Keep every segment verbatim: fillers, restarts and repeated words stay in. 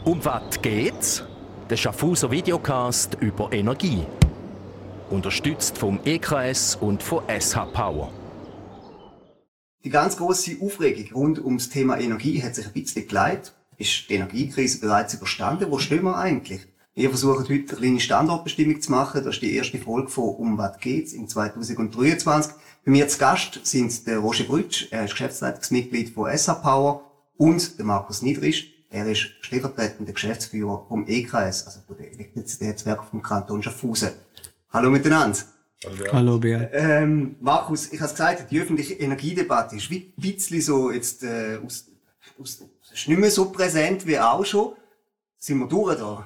Um was geht's? Der Schaffhauser Videocast über Energie. Unterstützt vom E K S und von S H Power. Die ganz grosse Aufregung rund ums Thema Energie hat sich ein bisschen geleitet. Ist die Energiekrise bereits überstanden? Wo stehen wir eigentlich? Wir versuchen heute eine kleine Standortbestimmung zu machen. Das ist die erste Folge von «Um was geht's» im zwanzig dreiundzwanzig. Bei mir zu Gast sind der Roger Brütsch, er ist Geschäftsleitungsmitglied von S H Power, und der Markus Niedrisch, er ist stellvertretender Geschäftsführer vom E K S, also von der Elektrizitätswerke vom Kanton Schaffhausen. Hallo miteinander. Hallo, Bea. Ähm, Markus, ich habe es gesagt, die öffentliche Energiedebatte ist wie ein bisschen so jetzt, äh, aus, aus, ist nicht mehr so präsent wie auch schon. Sind wir durch da?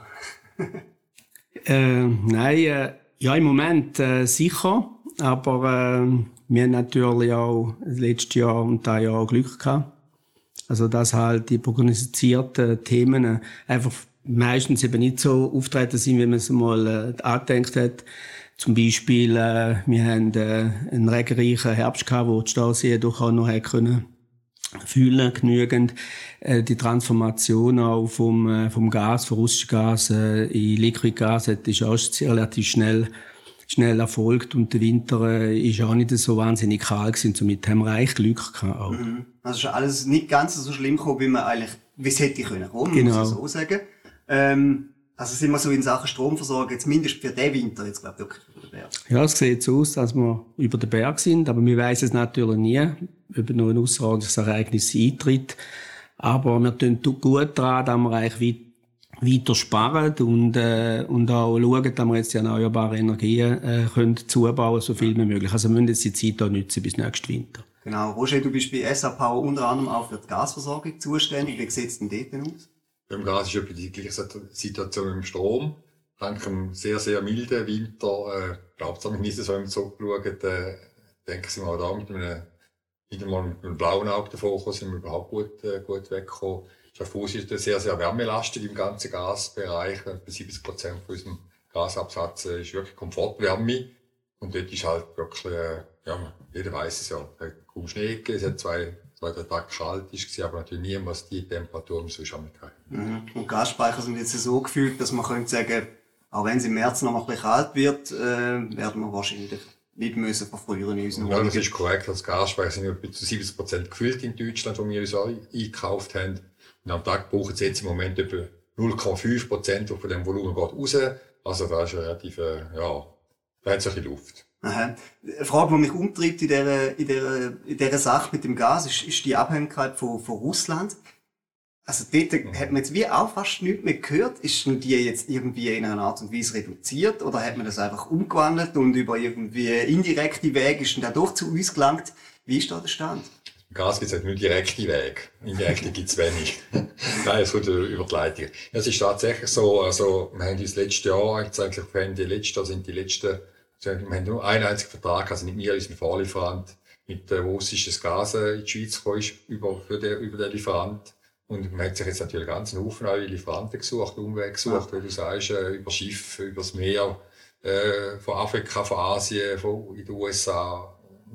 äh, nein, äh, ja, im Moment äh, sicher, aber äh, wir haben natürlich auch letztes Jahr und dieses Jahr Glück gehabt. Also, dass halt die prognostizierten Themen einfach meistens eben nicht so auftreten sind, wie man es mal äh, angedenkt hat. Zum Beispiel, äh, wir haben äh, einen regenreichen Herbst gehabt, wo die Stausee doch auch noch können fühlen, genügend. Äh, die Transformation auch vom, äh, vom Gas, vom russischen Gas äh, in Liquidgas, ist auch relativ schnell schnell erfolgt, und der Winter äh, ist auch nicht so wahnsinnig kalt gewesen. Somit haben wir eigentlich Glück gehabt auch. Mhm. Also ist alles nicht ganz so schlimm gekommen, wie man eigentlich, wie es hätte können kommen, genau. Muss ich so sagen. Ähm, also sind wir so in Sachen Stromversorgung jetzt mindestens für den Winter jetzt, glaube ich, wirklich über den Berg. Ja, es sieht so aus, dass wir über den Berg sind, aber wir weiss es natürlich nie, ob noch ein ausserordentliches Ereignis eintritt. Aber wir tun gut daran, dass wir eigentlich weiter sparen und, äh, und auch schauen, dass wir jetzt die erneuerbare Energien äh, können zubauen, so viel wie möglich. Also wir müssen jetzt die Zeit auch nutzen bis nächsten Winter. Genau. Roger, du bist bei S H Power unter anderem auch für die Gasversorgung zuständig. Wie sieht es denn dort aus? Beim Gas ist etwa die gleiche Situation mit dem Strom. Dank einem sehr, sehr milden Winter, äh, glaubt es nicht so, wenn man zurückschaut, äh, denken Sie mal da mit einem, wieder mal mit einem blauen Auge davor gekommen, sind wir überhaupt gut, äh, gut weggekommen. Schaffhausen ist sehr, sehr wärmelastig im ganzen Gasbereich. Bei siebzig Prozent von unserem Gasabsatz ist wirklich Komfortwärme. Und dort ist halt wirklich, äh, ja, jeder weiss es ja, es hat kaum Schnee gegeben, es hat zwei, zwei, drei Tage kalt ist, aber natürlich niemals die Temperatur im sonst haben wir mhm. Und Gasspeicher sind jetzt so gefüllt, dass man könnte sagen, auch wenn es im März noch mal ein bisschen kalt wird, äh, werden wir wahrscheinlich nicht müssen verfrühen in unseren Ja, das ist korrekt. Als Gasspeicher sind wir bis zu siebzig Prozent gefüllt in Deutschland, wo wir uns alle eingekauft haben. Und am Tag brauchen sie jetzt im Moment etwa null Komma fünf Prozent von dem Volumen geht raus. Also da ist relativ, äh, ja, da hat es ein bisschen Luft. Aha. Eine Frage, die mich umtreibt in dieser, in dieser, in dieser Sache mit dem Gas, ist, ist die Abhängigkeit von, von Russland. Also dort mhm. hat man jetzt wie auch fast nichts mehr gehört. Ist die jetzt irgendwie in einer Art und Weise reduziert, oder hat man das einfach umgewandelt und über irgendwie indirekte Wege ist dann doch zu uns gelangt? Wie ist da der Stand? Gas gibt es nur direkte Wege. Indirekte gibt es wenig. Nein, es kommt über die Leitung. Es ist tatsächlich so, also, wir haben uns letztes Jahr, eigentlich, die letzten, sind die letzten, wir haben nur einen einzigen Vertrag, also nicht wir, unseren Vorlieferant, mit, äh, wo russisches Gas in die Schweiz gekommen ist, über, für den, über den Lieferant. Und man hat sich jetzt natürlich ganz einen Haufen neue Lieferanten gesucht, Umweg gesucht, ja. Wie du sagst, äh, über Schiff, übers Meer, äh, von Afrika, von Asien, von, in den U S A.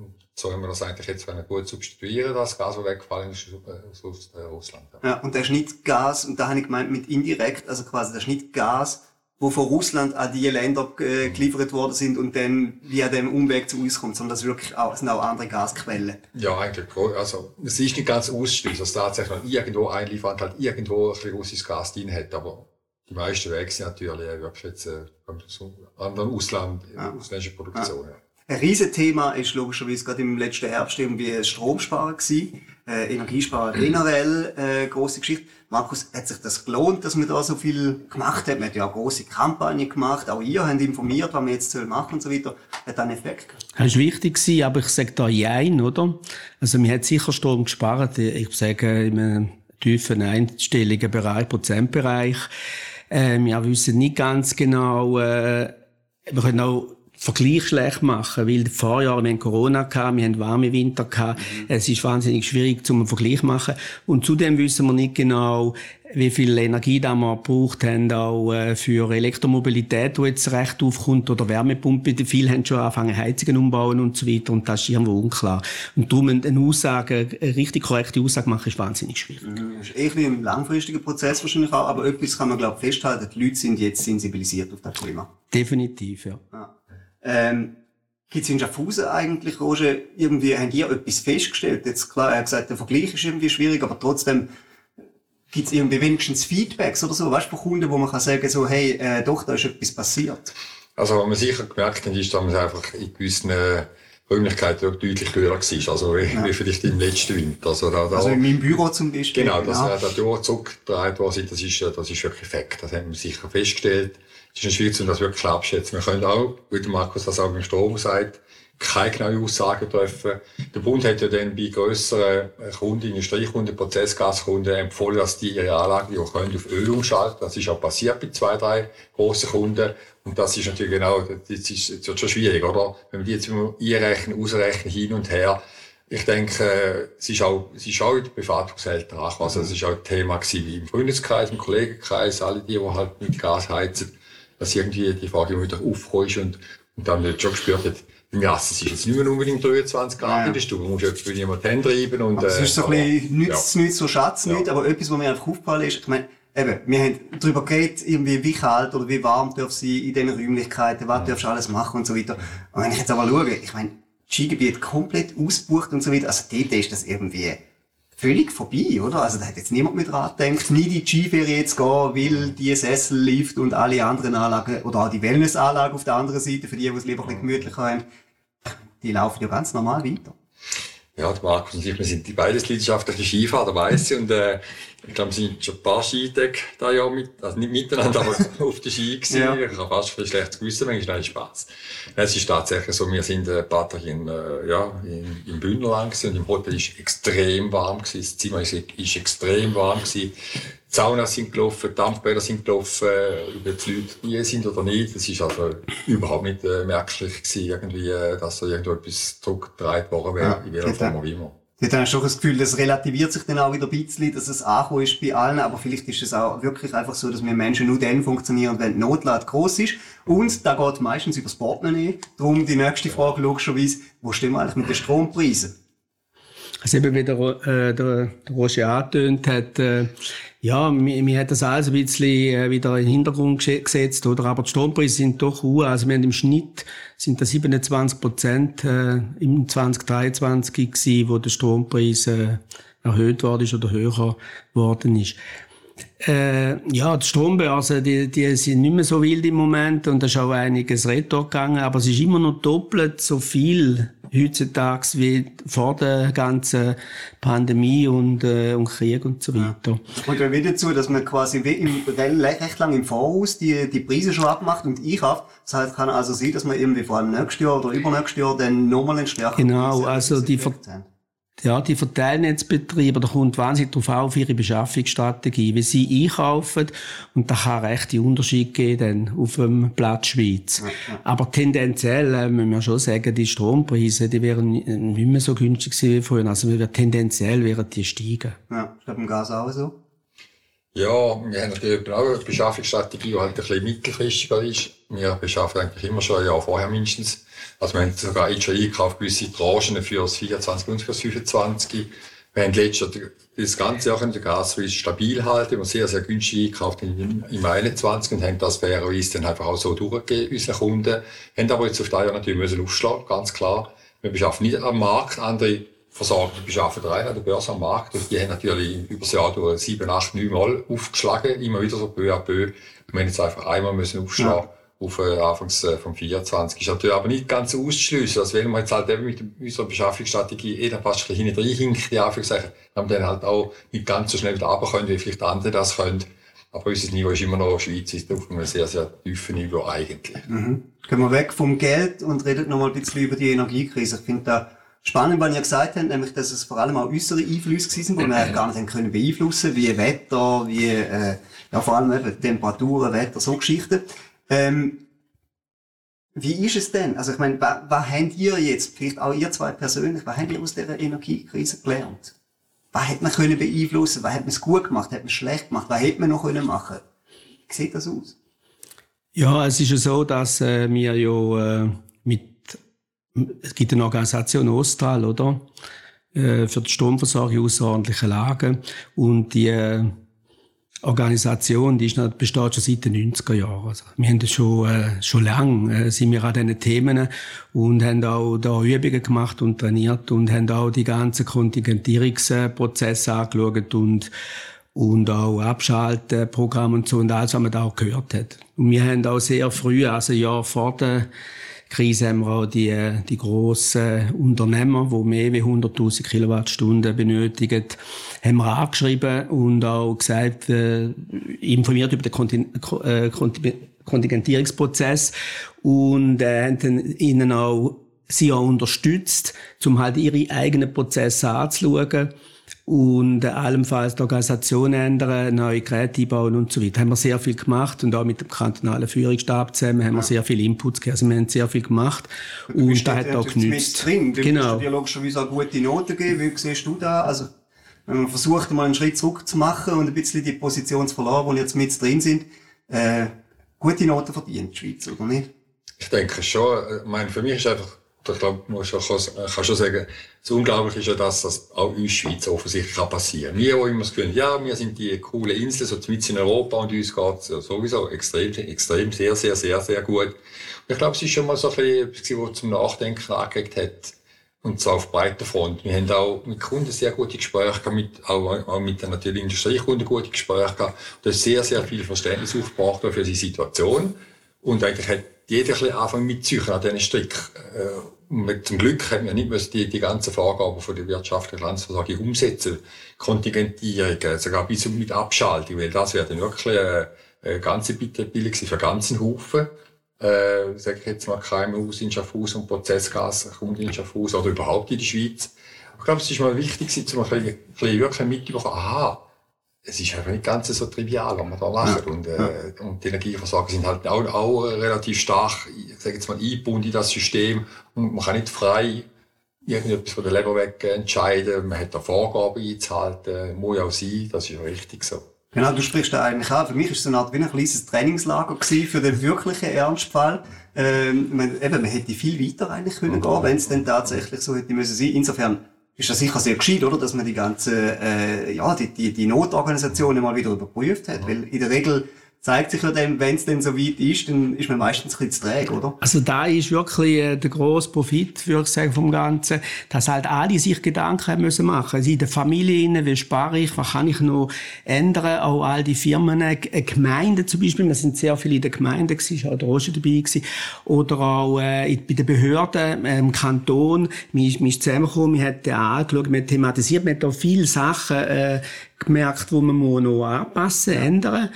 So haben wir das eigentlich jetzt gut substituieren, das Gas, das weggefallen ist aus, aus Russland. Ja. Ja, und der Schnittgas, und da habe ich gemeint mit indirekt, also quasi der Schnittgas, wo von Russland an die Länder äh, geliefert worden sind und dann via dem Umweg zu uns kommt, sondern das, wirklich auch, das sind auch andere Gasquellen. Ja, eigentlich. Also, es ist nicht ganz ausschließlich, dass tatsächlich noch irgendwo ein Lieferant halt irgendwo ein bisschen russisches Gas drin hat, aber die meisten Wege sind natürlich wirklich jetzt, äh, so anderen Ausland, ja. Ausländische Produktion. Ja. Ja. Ein Riesenthema ist logischerweise gerade im letzten Herbst irgendwie Stromsparen gewesen, äh, Energiesparen generell, äh, grosse Geschichte. Markus, hat sich das gelohnt, dass man da so viel gemacht hat? Man hat ja eine grosse Kampagne gemacht, auch ihr habt informiert, was man jetzt machen soll und so weiter. Hat das einen Effekt gehabt? Das war wichtig gewesen, aber ich sage da Jein, oder? Also, man hat sicher Strom gespart, ich sage, in einem tiefen einstelligen Bereich, Prozentbereich. Äh, wir wissen nicht ganz genau, äh, wir können auch Vergleich schlecht machen, weil die Vorjahre, wir haben Corona gehabt, wir haben warme Winter gehabt, mhm. Es ist wahnsinnig schwierig, zum einen Vergleich machen. Und zudem wissen wir nicht genau, wie viel Energie da wir gebraucht haben, auch äh, für Elektromobilität, die jetzt recht aufkommt, oder Wärmepumpe. Viele haben schon angefangen, Heizungen umbauen und so weiter, und das ist irgendwo unklar. Und darum eine Aussage, eine richtig korrekte Aussage machen, ist wahnsinnig schwierig. Mhm. Das ist eh ein langfristiger Prozess wahrscheinlich auch, aber etwas kann man, glaube ich, festhalten, die Leute sind jetzt sensibilisiert auf das Thema. Definitiv, ja. ja. Ähm, Gibt es in Schaffhausen eigentlich, Roger, irgendwie, habt ihr etwas festgestellt? Jetzt klar, er hat gesagt, der Vergleich ist irgendwie schwierig, aber trotzdem, gibt es irgendwie wenigstens Feedbacks oder so, weißt du, von Kunden, wo man kann sagen, so, hey, äh, doch, da ist etwas passiert? Also, was man sicher gemerkt hat, ist, dass man einfach in gewissen äh, Räumlichkeiten deutlich höher war, also wie, ja. wie vielleicht im letzten Winter. Also, da, da, also in meinem Büro zum Beispiel. Genau, dass ja. äh, da durch zurückgedreht worden ist, das ist, das ist wirklich Fakt. Das haben wir sicher festgestellt. Es ist schwierig, um das wirklich abschätzen. Wir können auch, wie der Markus das auch beim Strom sagt, keine genaue Aussagen treffen. Der Bund hat ja dann bei grösseren Kunden, Industriekunden, Prozessgaskunden empfohlen, dass die ihre Anlagen auch können auf Öl umschalten. Das ist auch passiert bei zwei, drei grossen Kunden. Und das ist natürlich genau, das ist, das wird schon schwierig, oder? Wenn wir die jetzt einrechnen, ausrechnen, hin und her. Ich denke, es ist auch, es ist auch in der Privathaushalte angekommen. Also, es ist auch ein Thema gewesen, wie im Freundeskreis, im Kollegenkreis, alle die, die halt mit Gas heizen, dass irgendwie die Frage immer wieder aufgekommen ist und, und dann wird schon gespürt hat, im Gas, es ist jetzt nicht mehr unbedingt dreiundzwanzig Grad in der Stube, man muss jetzt jemand hintreiben und, aber es ist so aber, ein bisschen, nützt ja. nichts, so Schatz nicht, ja. aber etwas, was mir einfach aufgefallen ist, ich meine, eben, wir haben darüber geredet, irgendwie, wie kalt oder wie warm darf sie in diesen Räumlichkeiten, was ja. darfst du alles machen und so weiter. Und wenn ich jetzt aber schaue, ich meine, das Skigebiet komplett ausgebucht und so weiter, also dort ist das irgendwie völlig vorbei, oder? Also da hat jetzt niemand mehr dran gedacht, nie die Skiferie jetzt gehen, weil die Sessellift und alle anderen Anlagen, oder auch die Wellnessanlage auf der anderen Seite, für die, die es lieber ein bisschen gemütlicher haben, die laufen ja ganz normal weiter. Ja, der Markus und ich, wir sind die beides leidenschaftliche Skifahrer, der weiss ich, und äh, ich glaube, wir sind schon ein paar Skitage da ja mit, also nicht miteinander, aber auf der Ski gewesen. Ja. Ich habe fast ein schlechtes Gewissen, manchmal ist Spaß. Es ist tatsächlich so, wir sind ein paar Tage in, äh, ja, in, im Bündnerland gewesen und im Hotel ist extrem warm gewesen, das Zimmer ist, ist extrem warm gewesen. Die Saunas sind gelaufen, die Dampfbäder sind gelaufen, ob jetzt die Leute hier sind oder nicht. Das ist also überhaupt nicht äh, merklich gewesen, irgendwie, äh, dass da irgendetwas zurückgedreht worden wäre, ja, in welcher Form auch immer. Ich habe schon das Gefühl, das relativiert sich dann auch wieder ein bisschen, dass es angekommen ist bei allen, aber vielleicht ist es auch wirklich einfach so, dass wir Menschen nur dann funktionieren, wenn die Notlage gross ist. Und da geht meistens über das Portemonnaie. Darum die nächste Frage logischerweise, wo stehen wir eigentlich mit den Strompreisen? Also eben, wie der, äh, der, der Roger angetönt hat, äh, ja, mir, mir hat das alles ein bisschen äh, wieder in den Hintergrund gesetzt, oder? Aber die Strompreise sind doch hoch. Also wir haben im Schnitt, sind das siebenundzwanzig Prozent äh, im zwanzig dreiundzwanzig gewesen, wo der Strompreis äh, erhöht worden ist oder höher worden ist. Äh, ja, die Strombörsen, die, die sind nicht mehr so wild im Moment und da ist auch einiges retour gegangen, aber es ist immer noch doppelt so viel heutzutage wie vor der ganzen Pandemie und, äh, und Krieg und so weiter. Es kommt ja wieder dazu, dass man quasi wie im, recht lang im Voraus die, die Preise schon abmacht und einkauft. Das heißt, kann also sein, dass man irgendwie vor allem nächstes Jahr oder übernächstes Jahr dann nochmal einen stärkeren Genau, also die Ver- Ja, die Verteilnetzbetreiber, da kommt wahnsinnig darauf auf ihre Beschaffungsstrategie, wie sie einkaufen. Und da kann recht die Unterschied geben dann auf dem Platz Schweiz. Ja, ja. Aber tendenziell äh, müssen wir schon sagen, die Strompreise, die wären nicht mehr so günstig gewesen wie früher. Also tendenziell wären die steigen. Ja, ich glaube, im Gas auch so. Ja, wir haben natürlich auch eine Beschaffungsstrategie, die halt ein bisschen mittelfristiger ist. Wir beschaffen eigentlich immer schon ein Jahr vorher mindestens. Also wir haben sogar jetzt schon eingekauft, gewisse Tranchen für das vierundzwanzig und für das fünfundzwanzig. Wir haben letztes Jahr das ganze Jahr den Gaspreis stabil halten. Wir haben sehr, sehr günstig eingekauft im, im einundzwanzig und haben das fairerweise dann einfach auch so durchgegeben, unseren Kunden. Haben aber jetzt auf das Jahr natürlich müssen aufschlagen, ganz klar. Wir beschaffen nicht am Markt, andere Versorger beschaffen rein an der Börse am Markt. Und die haben natürlich über das Jahr durch sieben, acht, neun Mal aufgeschlagen, immer wieder so peu à peu. Wir haben jetzt einfach einmal müssen aufschlagen. Ja. Auf äh, Anfangs äh, vom vierundzwanzig. Ist natürlich aber nicht ganz auszuschliessen. Also wenn wir jetzt halt eben mit unserer Beschaffungsstrategie eh dann fast ein bisschen hinten reinhinkt, die Anführungszeichen, haben wir dann halt auch nicht ganz so schnell wieder runter können, wie vielleicht andere das können. Aber unser Niveau ist immer noch Schweiz, ist auf einem sehr, sehr tiefen Niveau eigentlich. Mhm. Gehen wir weg vom Geld und reden noch mal ein bisschen über die Energiekrise. Ich finde da spannend, was ihr gesagt habt, nämlich, dass es vor allem auch äußere Einflüsse gewesen sind, die wir eigentlich gar nicht haben können beeinflussen, wie Wetter, wie, äh, ja, vor allem eben Temperaturen, Wetter, so Geschichten. Ähm, wie ist es denn? Also ich meine, was, was habt ihr jetzt, vielleicht auch ihr zwei persönlich, was habt ihr aus dieser Energiekrise gelernt? Was hat man können beeinflussen? Was hat man es gut gemacht? Hat man es schlecht gemacht? Was hätte man noch können machen? Wie sieht das aus? Ja, es ist ja so, dass äh, wir ja äh, mit, es gibt eine Organisation Ostral, oder? Äh, für die Stromversorgung außerordentliche Lagen. Und die äh, Organisation, die ist, besteht schon seit den neunziger Jahren. Also, wir haben das schon, äh, schon lange, äh, sind wir an diesen Themen und haben auch da Übungen gemacht und trainiert und haben auch die ganzen Kontingentierungsprozesse angeschaut und, und auch Abschaltprogramme und so und alles, was man da auch gehört hat. Und wir haben auch sehr früh, also ein Jahr vor der Krise, haben wir auch die, die grossen Unternehmer, die mehr wie hunderttausend Kilowattstunden benötigen, haben wir angeschrieben und auch gesagt, äh, informiert über den Kontin- äh, Kontingentierungsprozess und äh, haben dann ihnen auch, sie auch unterstützt, um halt ihre eigenen Prozesse anzuschauen und äh, allenfalls die Organisation ändern, neue Geräte einbauen und so weiter. Haben wir sehr viel gemacht und auch mit dem kantonalen Führungsstab zusammen haben wir sehr viel Inputs gegeben. Also wir haben sehr viel gemacht und, und da hat auch genützt. Drin. Du genau. musst dir logischerweise auch gute Noten geben. Wie siehst du da? Also, wenn man versucht, mal einen Schritt zurück zu machen und ein bisschen die Position zu verlassen, wo wir jetzt mit drin sind, äh, gute Noten verdient, die Schweiz, oder nicht? Ich denke schon. Ich meine, für mich ist einfach, ich glaube, man kann schon sagen, das Unglaubliche ist ja das, dass auch uns Schweizer offensichtlich kann passieren. Wir haben immer das Gefühl, ja, wir sind die coole Insel, so mitten in Europa und uns geht es sowieso extrem, extrem, sehr, sehr, sehr, sehr gut. Und ich glaube, es ist schon mal so ein bisschen, was zum Nachdenken angeregt hat. Und zwar auf breiter Front. Wir haben auch mit Kunden sehr gute Gespräche gehabt, mit, auch, auch mit der natürlich Industriekunden gute Gespräche gehabt. Da ist sehr, sehr viel Verständnis aufgebracht für die Situation. Und eigentlich hat jeder ein bisschen anfangen mitzuziehen an diesen Strick. Äh, zum Glück haben wir nicht müssen die, die ganzen Vorgaben von der wirtschaftlichen Landesversorgung umsetzen. Kontingentierungen, sogar bis mit Abschaltung, weil das wäre dann wirklich eine, eine ganze Bitterbildung für einen ganzen Haufen. Äh, sag ich jetzt mal, K M Us in Schaffhausen und Prozessgaskunden in Schaffhausen oder überhaupt in der Schweiz. Ich glaube, es ist mal wichtig, um ein bisschen, ein bisschen wirklich mitzubekommen, aha, es ist einfach nicht ganz so trivial, was man da macht. Ja. Und, äh, ja. und die Energieversorger sind halt auch, auch relativ stark, ich sage jetzt mal, eingebunden in das System. Und man kann nicht frei irgendetwas von der Leber weg entscheiden. Man hat da Vorgaben einzuhalten, muss ja auch sein, das ist ja richtig so. Genau, du sprichst da eigentlich an. Für mich war es so eine Art wie ein kleines Trainingslager gewesen für den wirklichen Ernstfall. Ähm, man, eben, man hätte viel weiter eigentlich können gehen, wenn es denn tatsächlich so hätte müssen sein. Insofern ist das sicher sehr gescheit, oder, dass man die ganze, äh, ja, die, die, die Notorganisationen mal wieder überprüft hat, weil in der Regel zeigt sich ja dann, wenn es denn so weit ist, dann ist man meistens ein bisschen zu träge, oder? Also da ist wirklich äh, der grosse Profit, würde ich sagen, vom Ganzen, dass halt alle sich Gedanken haben müssen machen. Also in der Familie, wie spare ich, was kann ich noch ändern? Auch all die Firmen, äh, Gemeinden zum Beispiel, wir sind sehr viele in der Gemeinde gewesen, auch der Roger dabei gewesen. Oder auch äh, bei den Behörden, äh, im Kanton, wir ist zusammengekommen, wir haben den angeschaut, wir haben thematisiert, wir haben da viele Sachen äh, gemerkt, die man noch anpassen, ja. ändern.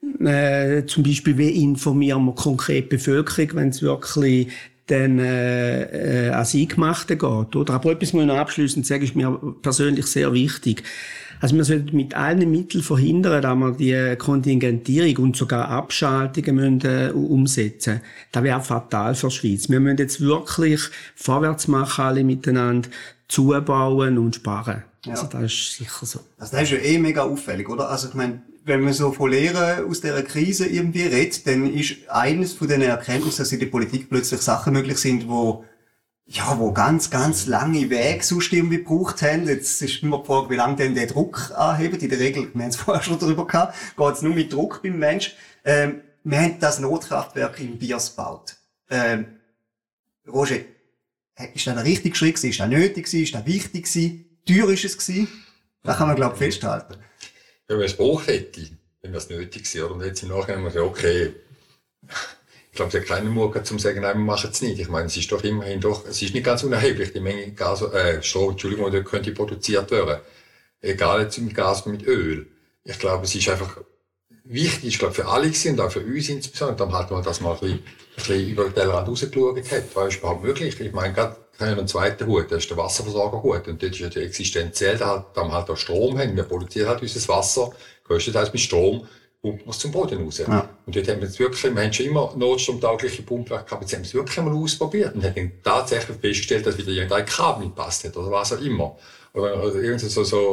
Äh, zum Beispiel, wie informieren wir konkret die Bevölkerung, wenn es wirklich dann äh, äh, ans Eingemachte geht, oder? Aber etwas muss ich noch abschliessend sagen, ist mir persönlich sehr wichtig. Also wir sollten mit allen Mitteln verhindern, dass wir die Kontingentierung und sogar Abschaltungen müssen, äh, umsetzen. Das wäre fatal für die Schweiz. Wir müssen jetzt wirklich vorwärts machen, alle miteinander, zubauen und sparen. Ja. Also das ist sicher so. Also das ist ja eh mega auffällig, oder? Also ich meine, wenn man so von Lehren aus dieser Krise irgendwie redet, dann ist eines von den Erkenntnissen, dass in der Politik plötzlich Sachen möglich sind, wo, ja, wo ganz, ganz lange Wege sonst irgendwie gebraucht haben. Jetzt ist immer die Frage, wie lange denn der Druck anhebt. In der Regel, wir haben es vorher schon darüber gehabt, geht es nur mit Druck beim Mensch. Ähm, wir haben das Notkraftwerk in Biers gebaut. Ähm, Roger, ist das der richtige Schritt gewesen? Ist das nötig gewesen? Ist das wichtig gewesen? Teuer ist es gewesen? Das kann man, glaube ich, festhalten. Wenn man es gebraucht hätte, wenn das nötig wäre, und jetzt im Nachhinein gesagt, okay, ich glaube, es hat keinen Mut zum sagen, nein, wir machen es nicht. Ich meine, es ist doch immerhin doch, es ist nicht ganz unerheblich, die Menge Gas, äh, Strom, Entschuldigung, die könnte produziert werden. Egal jetzt mit Gas oder mit Öl. Ich glaube, es ist einfach wichtig, ich glaube, für alle und auch für uns insbesondere, dann halt mal, dass man ein bisschen, ein bisschen über den Tellerrand rausgeschaut hat. Was ist überhaupt möglich? Ich meine, gerade, wir haben einen zweiten Hut, das ist der Wasserversorgerhut. Und das ist ja die existenziell, da wir halt auch Strom haben. Wir produzieren halt unser Wasser, größtenteils mit Strom, pumpen wir es zum Boden raus. Ja. Und dort haben wir jetzt wirklich, wir haben schon immer notstromtaugliche Pumpwerke gehabt, jetzt haben wir es wirklich einmal ausprobiert und haben dann tatsächlich festgestellt, dass wieder irgendein Kabel nicht passt hat, oder was auch immer. Oder, oder irgendwie so, so,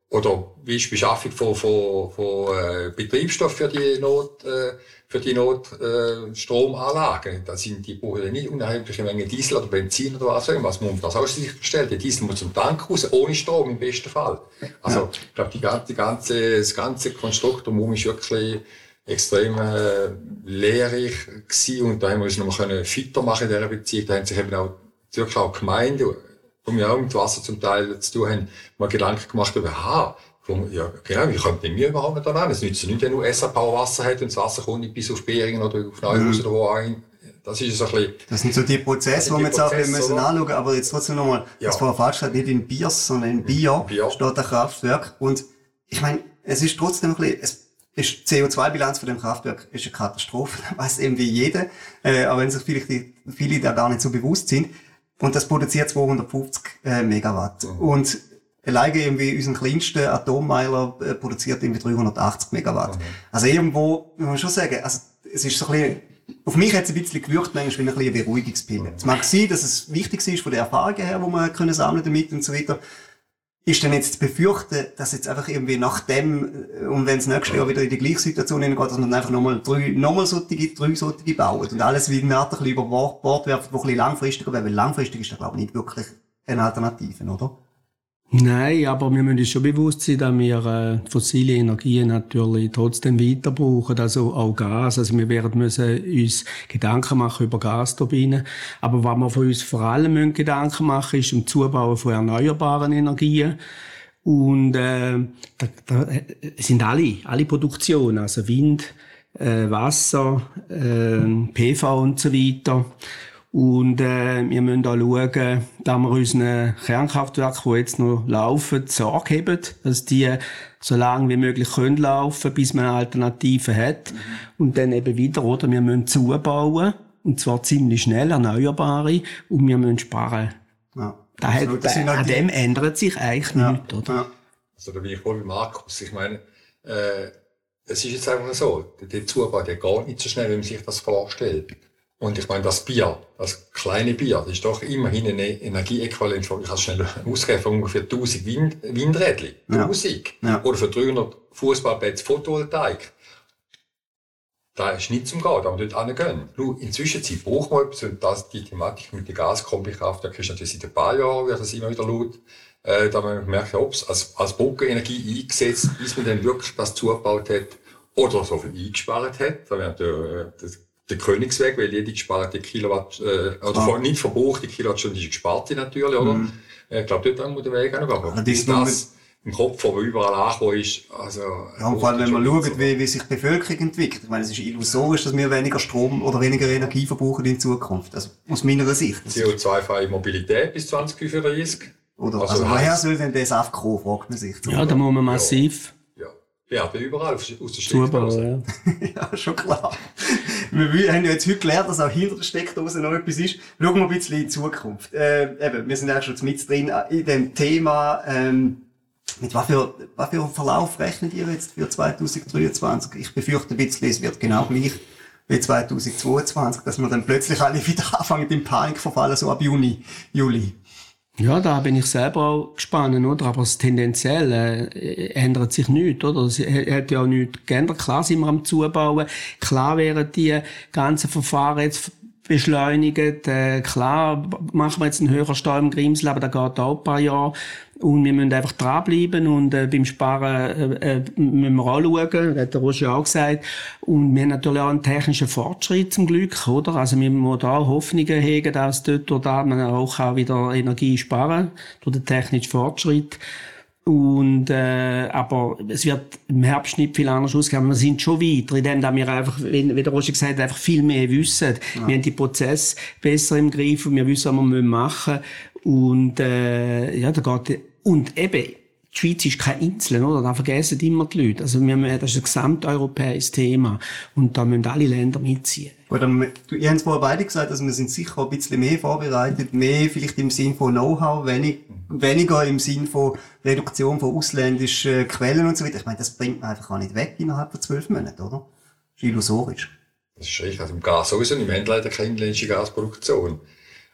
oder wie ist die Beschaffung von, von, von äh, Betriebsstoff für die Not, äh, für die Notstromanlagen? Äh, da sind die brauchen ja nicht unheimliche Menge Diesel oder Benzin oder was auch immer. Was muss man das auch sicherstellen? Der Diesel muss zum Tank raus, ohne Strom im besten Fall. Also, ja. Ich glaube, die ganze, die ganze, das ganze Konstrukt drumherum ist wirklich extrem äh, lehrreich gewesen. Und da haben wir uns noch mal fitter machen in dieser Beziehung. Da haben sich eben auch wirklich auch Gemeinden, die wir auch mit Wasser zum Teil zu tun haben, mal Gedanken gemacht über, aha, ja, genau, wie kommt denn wir überhaupt nicht an? Es nützt nicht, wenn nur S A Power Wasser hat und das Wasser kommt nicht bis auf Beringen oder auf Neuhaus mhm. oder wo auch. Das ist so ein bisschen... Das sind so die Prozesse, die wir jetzt auch ein bisschen anschauen, aber jetzt trotzdem nochmal, ja. Das vorher falsch gesagt, nicht in Biers, sondern in Bier, Bier. Steht ein Kraftwerk. Und ich meine, es ist trotzdem ein bisschen, es ist die C O zwei Bilanz von dem Kraftwerk ist eine Katastrophe, das weiss eben wie jeder, äh, aber wenn sich vielleicht die, viele da gar nicht so bewusst sind. Und das produziert zweihundertfünfzig äh, Megawatt. Mhm. Und alleine irgendwie unseren kleinsten Atommeiler äh, produziert irgendwie dreihundertachtzig Megawatt. Mhm. Also irgendwo, muss man schon sagen, also es ist so ein bisschen, auf mich hat es ein bisschen gewirkt, manchmal wie ein bisschen eine Beruhigungspille. Es mag sein, dass es wichtig ist von der Erfahrung her, die wir können sammeln damit und so weiter. Ist denn jetzt zu befürchten, dass jetzt einfach irgendwie nach dem, und wenn es nächstes Jahr wieder in die gleiche Situation hineingeht, dass man einfach nochmal drei, nochmal solche, drei solche baut und alles wie eine Art ein bisschen über Bord werfen, wo ein bisschen langfristiger wäre, weil langfristig ist das, glaube ich, nicht wirklich eine Alternative, oder? Nein, aber wir müssen uns schon bewusst sein, dass wir äh, fossile Energien natürlich trotzdem weiter brauchen, also auch Gas. Also wir werden müssen uns Gedanken machen über Gasturbinen. Aber was wir von uns vor allem müssen Gedanken machen, ist um Zubauen von erneuerbaren Energien. Und äh, da, da sind alle, alle Produktionen, also Wind, äh, Wasser, äh, P V und so weiter. Und äh, wir müssen auch schauen, dass wir unseren Kernkraftwerken, die jetzt noch laufen, Sorge haben, dass die so lange wie möglich können laufen, bis man eine Alternative hat. Mhm. Und dann eben wieder, oder, wir müssen zubauen, und zwar ziemlich schnell, erneuerbare, und wir müssen sparen. Ja. Da hat, also, bei, an dem ändert sich eigentlich ja. nichts, oder? Ja. Also da bin ich voll wie Markus. Ich meine, äh, es ist jetzt einfach so, der Zubau, der geht nicht so schnell, wie man sich das vorstellt. Und ich meine, das Bier, das kleine Bier, das ist doch immerhin ein Energieäquivalent von, ich kann es schnell ausgeben, von ungefähr tausend Wind, Windrädchen. tausend. Ja. Ja. Oder für dreihundert Fußballplätze Photovoltaik. Da ist nicht zum Gehen, da wir dort hingehen. Nur inzwischen braucht man etwas, und das, die Thematik mit den Gaskombikraftwerken ist natürlich seit ein paar Jahren, wird das immer wieder laut, äh, da man merkt, ob es als, als Brückenenergie eingesetzt, bis man dann wirklich das zugebaut hat, oder so viel eingespart hat. Da wird der, das, der Königsweg, weil jede gesparte Kilowatt, äh, oder ah. nicht verbrauchte Kilowattstunde ist gespart natürlich, oder? Mhm. Ich glaube, dort muss der Weg auch noch gehen. Aber bis das im Kopf, wo überall angekommen ist, also... Ja, und vor allem, wenn man schaut, so. wie, wie sich die Bevölkerung entwickelt. Ich meine, es ist illusorisch, dass wir weniger Strom oder weniger Energie verbrauchen in Zukunft. Also, aus meiner Sicht. C O zwei freie Mobilität bis zwanzig fünfunddreißig. Oder, also, also woher soll denn das aufkommen, fragt man sich. Ja, da muss man massiv... Ja, ja. ja überall aus der Steckdose. Ja. Ja, schon klar. Wir haben ja jetzt heute gelernt, dass auch hinter der Steckdose noch etwas ist. Schauen wir ein bisschen in die Zukunft. Äh, eben, wir sind ja schon mit drin in dem Thema, ähm, mit was für, was für Verlauf rechnet ihr jetzt für zwanzig dreiundzwanzig? Ich befürchte ein bisschen, es wird genau gleich wie zwanzig zweiundzwanzig, dass wir dann plötzlich alle wieder anfangen in Panik verfallen, so ab Juni, Juli. Ja, da bin ich selber auch gespannt, oder? Aber es tendenziell äh, ändert sich nichts, oder? Es hat ja auch nichts geändert. Klar sind wir am Zubauen. Klar werden die ganzen Verfahren jetzt beschleunigt. Äh, klar machen wir jetzt einen höheren Stau im Grimsel, aber da geht auch ein paar Jahre. Und wir müssen einfach dranbleiben und äh, beim Sparen äh, äh, müssen wir auch schauen, das hat der Roger auch gesagt. Und wir haben natürlich auch einen technischen Fortschritt zum Glück, oder? Also wir müssen da auch Hoffnungen hegen, dass dort oder da man auch, auch wieder Energie sparen durch den technischen Fortschritt. Und, äh, aber es wird im Herbst nicht viel anders ausgehen. Wir sind schon weiter, indem wir einfach, wie der Roger gesagt hat, einfach viel mehr wissen. Ja. Wir haben die Prozesse besser im Griff und wir wissen, was wir machen müssen. Und, äh, ja, da geht, und eben, die Schweiz ist keine Insel, oder? Da vergessen immer die Leute. Also, wir, das ist ein gesamteuropäisches Thema. Und da müssen alle Länder mitziehen. Gut, dann, ihr habt es vorher beide gesagt, also wir sind sicher ein bisschen mehr vorbereitet, mehr vielleicht im Sinn von Know-how, wenig, weniger im Sinn von Reduktion von ausländischen Quellen und so weiter. Ich meine, das bringt man einfach auch nicht weg innerhalb von zwölf Monaten, oder? Das ist illusorisch. Das ist richtig. Also im Gas sowieso nicht. Wir haben leider keine inländische Gasproduktion.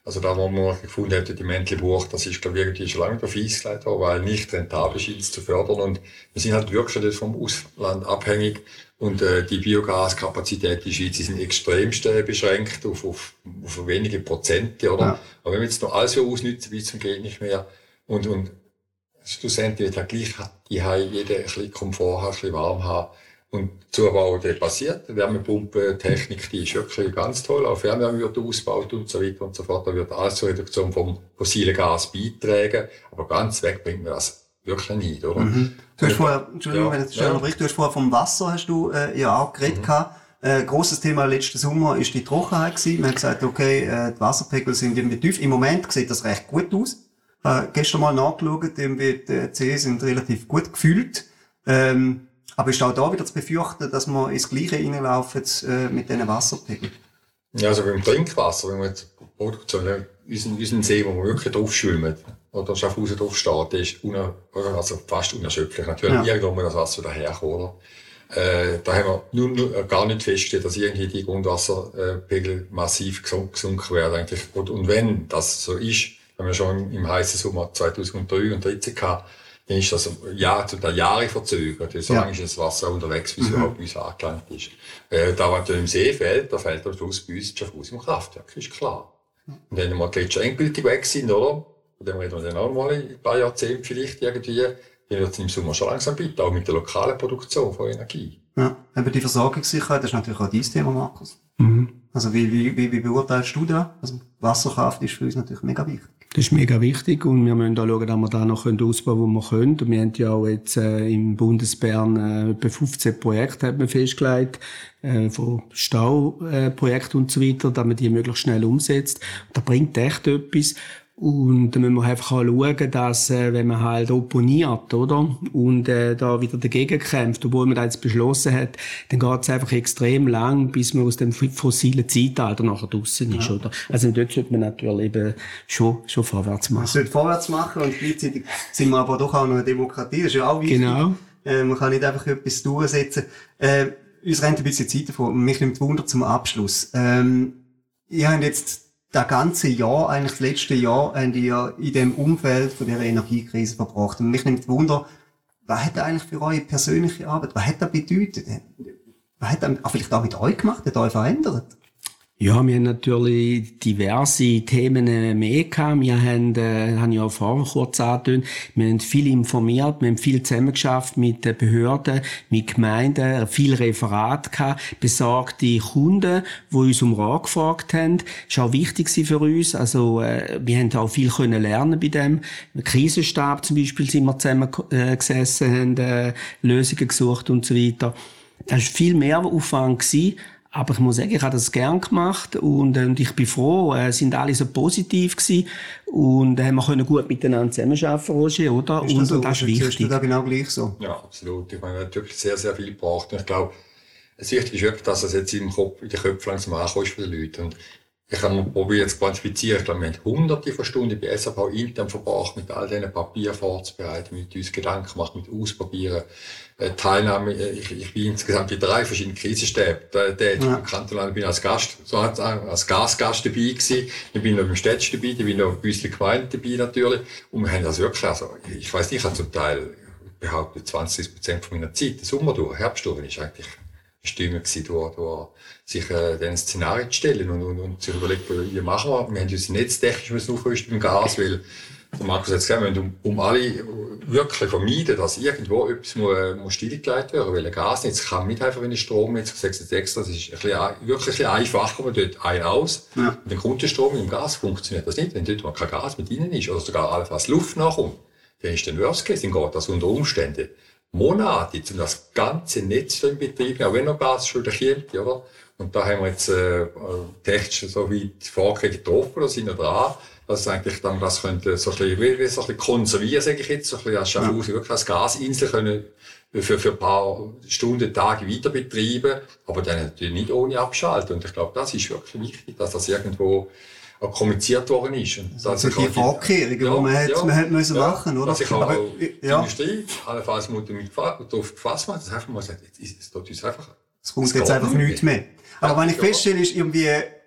Also da, wo man gefunden hat, die Mäntelbuch, das ist, glaube ich, irgendwie schon lange auf Eis gelegt worden, weil nicht rentabel ist, es zu fördern. Und wir sind halt wirklich schon vom Ausland abhängig. Und äh, die Biogaskapazität in der Schweiz sind extremst äh, beschränkt auf, auf, auf wenige Prozente, oder? Ja. Aber wenn wir jetzt noch alles so ausnutzen, wie zum geht nicht mehr. Und, und schlussendlich wird halt gleich die Hai jeder ein bisschen Komfort haben, ein bisschen warm haben. Und Zubau, der passiert. Die Wärmepumpentechnik, die ist wirklich ganz toll. Auch Fernwärme wird ausgebaut und so weiter und so fort. Da wird alles zur Reduktion vom fossilen Gas beitragen. Aber ganz weg bringt man das wirklich nicht, oder? Mhm. Du hast vorher, Entschuldigung, ja, wenn ich ja. du hast vorher vom Wasser, hast du, äh, ja auch geredet gehabt. Mhm. Äh, grosses Thema letzten Sommer ist die Trockenheit gewesen. Wir haben gesagt, okay, äh, die Wasserpegel sind irgendwie tief. Im Moment sieht das recht gut aus. Äh, gestern mal nachgeschaut, irgendwie die C sind relativ gut gefüllt. Ähm, Aber ist auch da wieder zu befürchten, dass wir ins Gleiche reinlaufen äh, mit diesen Wasserpegeln? Ja, also beim Trinkwasser, wenn wir jetzt Produktion, unseren, unseren See, wo wir wirklich drauf schwimmen, oder Schaffhausen drauf steht, der ist una, also fast unerschöpflich. Natürlich, ja. Irgendwo muss das Wasser daherkommen, oder? Äh, da haben wir nur, nur gar nicht festgestellt, dass irgendwie die Grundwasserpegel massiv gesunken werden, eigentlich. Und, und wenn das so ist, haben wir schon im heißen Sommer zweitausenddrei und dreizehn gehabt, dann ist das ja, zu der Jahre verzögert. So lange ja. ist das Wasser unterwegs, bis es mhm. überhaupt bei uns angelangt ist. Äh, da, was im See fällt, da fällt am Schluss bei uns Schaffhaus im Kraftwerk, ist klar. Und wenn mal die Gletscher endgültig weg sind, oder? Von dem reden wir dann auch mal in ein paar Jahrzehnten vielleicht irgendwie, dann wird es im Sommer schon langsam bitte, auch mit der lokalen Produktion von Energie. Ja, aber die Versorgungssicherheit, das ist natürlich auch dein Thema, Markus. Mhm. Also wie, wie, wie, wie beurteilst du das? Also Wasserkraft ist für uns natürlich mega wichtig. Das ist mega wichtig und wir müssen auch schauen, dass wir da noch ausbauen können, wo wir können. Und wir haben ja auch jetzt äh, im Bundesbern äh, etwa fünfzehn Projekte hat man festgelegt, äh, von Stauprojekten äh, und so weiter, dass man die möglichst schnell umsetzt. Und das bringt echt etwas. Und da müssen wir einfach auch schauen, dass, äh, wenn man halt opponiert, oder? Und, äh, da wieder dagegen kämpft, obwohl man das jetzt beschlossen hat, dann geht es einfach extrem lang, bis man aus dem fossilen Zeitalter nachher draussen ist, ja. oder? Also dort sollte man natürlich eben schon, schon vorwärts machen. Man sollte vorwärts machen und gleichzeitig sind wir aber doch auch noch eine Demokratie, das ist ja auch wichtig. Genau. Äh, man kann nicht einfach etwas durchsetzen. Äh, uns rennt ein bisschen Zeit davon. Mich nimmt Wunder zum Abschluss. Ähm, ihr habt jetzt das ganze Jahr, eigentlich das letzte Jahr, habt ihr in dem Umfeld von dieser Energiekrise verbracht. Und mich nimmt Wunder, was hat das eigentlich für eure persönliche Arbeit, was hat das bedeutet? Was hat das vielleicht auch mit euch gemacht, hat euch verändert? Ja, wir haben natürlich diverse Themen mehr gehabt. Wir haben, äh, haben ja auch vorher kurz angetönt, wir haben viel informiert, wir haben viel zusammengeschafft mit den Behörden, mit Gemeinden, viel Referat gehabt, besorgte Kunden, die uns um Rat gefragt haben. Das war auch wichtig für uns. Also, äh, wir haben auch viel können lernen bei dem. Im Krisenstab zum Beispiel sind wir zusammen äh, gesessen, haben äh, Lösungen gesucht und so weiter. Das war viel mehr Aufwand gewesen. Aber ich muss sagen, ich habe das gern gemacht und, äh, und ich bin froh, äh, sind alle so positiv gewesen und äh, wir können gut miteinander zusammenarbeiten, Roger, oder? Ist das, und, so, und das ist wichtig. Siehst du da genau gleich so? Ja, absolut. Ich meine, wir haben wirklich sehr, sehr viel gebracht und ich glaube, das Wichtige ist wirklich, dass es jetzt im Kopf, in den Köpfen langsam ankommt für die Leute. Und ich habe probiert zu quantifizieren. Ich glaube, wir haben hunderte von Stunden bei S A V intern verbracht, mit all diesen Papieren vorzubereiten, mit uns Gedanken gemacht, mit Ausprobieren, äh, Teilnahme. Ich, ich bin insgesamt in drei verschiedenen Krisenstäben. Der, der ja. Im Kanton bin als Gast, so als Gasgast dabei gewesen. Ich bin noch beim Städtchen dabei, ich bin noch bei uns Gemeinde dabei natürlich. Und wir haben das wirklich, also, ich weiss nicht, ich habe zum Teil behauptet, zwanzig Prozent von meiner Zeit, den Sommer durch, Herbst durch, ist eigentlich Stimme gewesen, durch, durch sich äh, den Szenarien zu stellen und, und, und sich überlegen, wie machen wir. Wir haben uns netztechnisch müssen aufrüsten mit dem Gas, weil der Markus hat gesagt, wir müssen um, um alle wirklich vermeiden, dass irgendwo etwas muss, muss stillgelegt werden, weil ein Gasnetz kann nicht einfach wie ein Stromnetz, ich sage es jetzt extra, das ist ein bisschen, wirklich ein bisschen einfacher, man dort ein aus. Ja. Mit dem Grundstrom mit dem Gas funktioniert das nicht, wenn dort mal kein Gas mit innen ist oder sogar allenfalls Luft nachkommt, dann ist der Worst Case, dann geht das unter Umständen Monate, um das ganze Netz in Betrieb, auch wenn noch Gas schon kommt, oder? Und da haben wir jetzt äh, technisch so weit vorgekriegt getroffen, da sind wir dran, dass eigentlich dann das könnte so ein bisschen, wie, wie so ein bisschen konservieren, sage ich jetzt, so ein bisschen als Schaffhausen, ja. wirklich als Gasinsel können für, für ein paar Stunden, Tage weiter betreiben, aber dann natürlich nicht ohne abschalten. Und ich glaube, das ist wirklich wichtig, dass das irgendwo auch kommuniziert worden ist. Und das sind die Vorkehrungen, die ja, man hätte ja, man hätte müssen ja, machen, oder? Dass ich auch, aber, auch die ja. Industrie, allenfalls muss damit darauf gefasst werden, dass einfach mal sagt, es tut uns einfach, es kommt jetzt einfach nichts mehr. Aber ja, wenn ich ja. feststelle, ist irgendwie,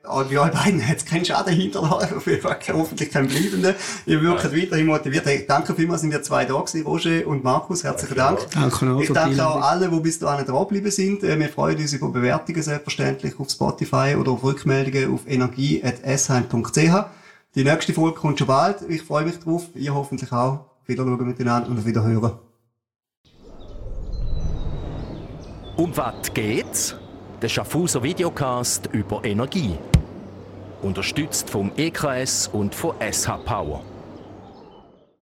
bei euch beiden hat es keinen Schaden hinterlassen, auf jeden Fall hoffentlich keinen bleibenden. Ihr wirkt ja. weiterhin motiviert. Hey, danke vielmals, sind ihr zwei da gewesen, Roger und Markus. Herzlichen Dank. Danke auch. Ich danke auch allen, die bis dahin dran geblieben sind. Wir freuen uns über Bewertungen selbstverständlich auf Spotify oder auf Rückmeldungen auf energie at s heim punkt c h. Die nächste Folge kommt schon bald. Ich freue mich drauf. Ihr hoffentlich auch. Wieder schauen miteinander und wieder hören. Um was geht's? Der Schaffhauser Videocast über Energie. Unterstützt vom E K S und von S H Power.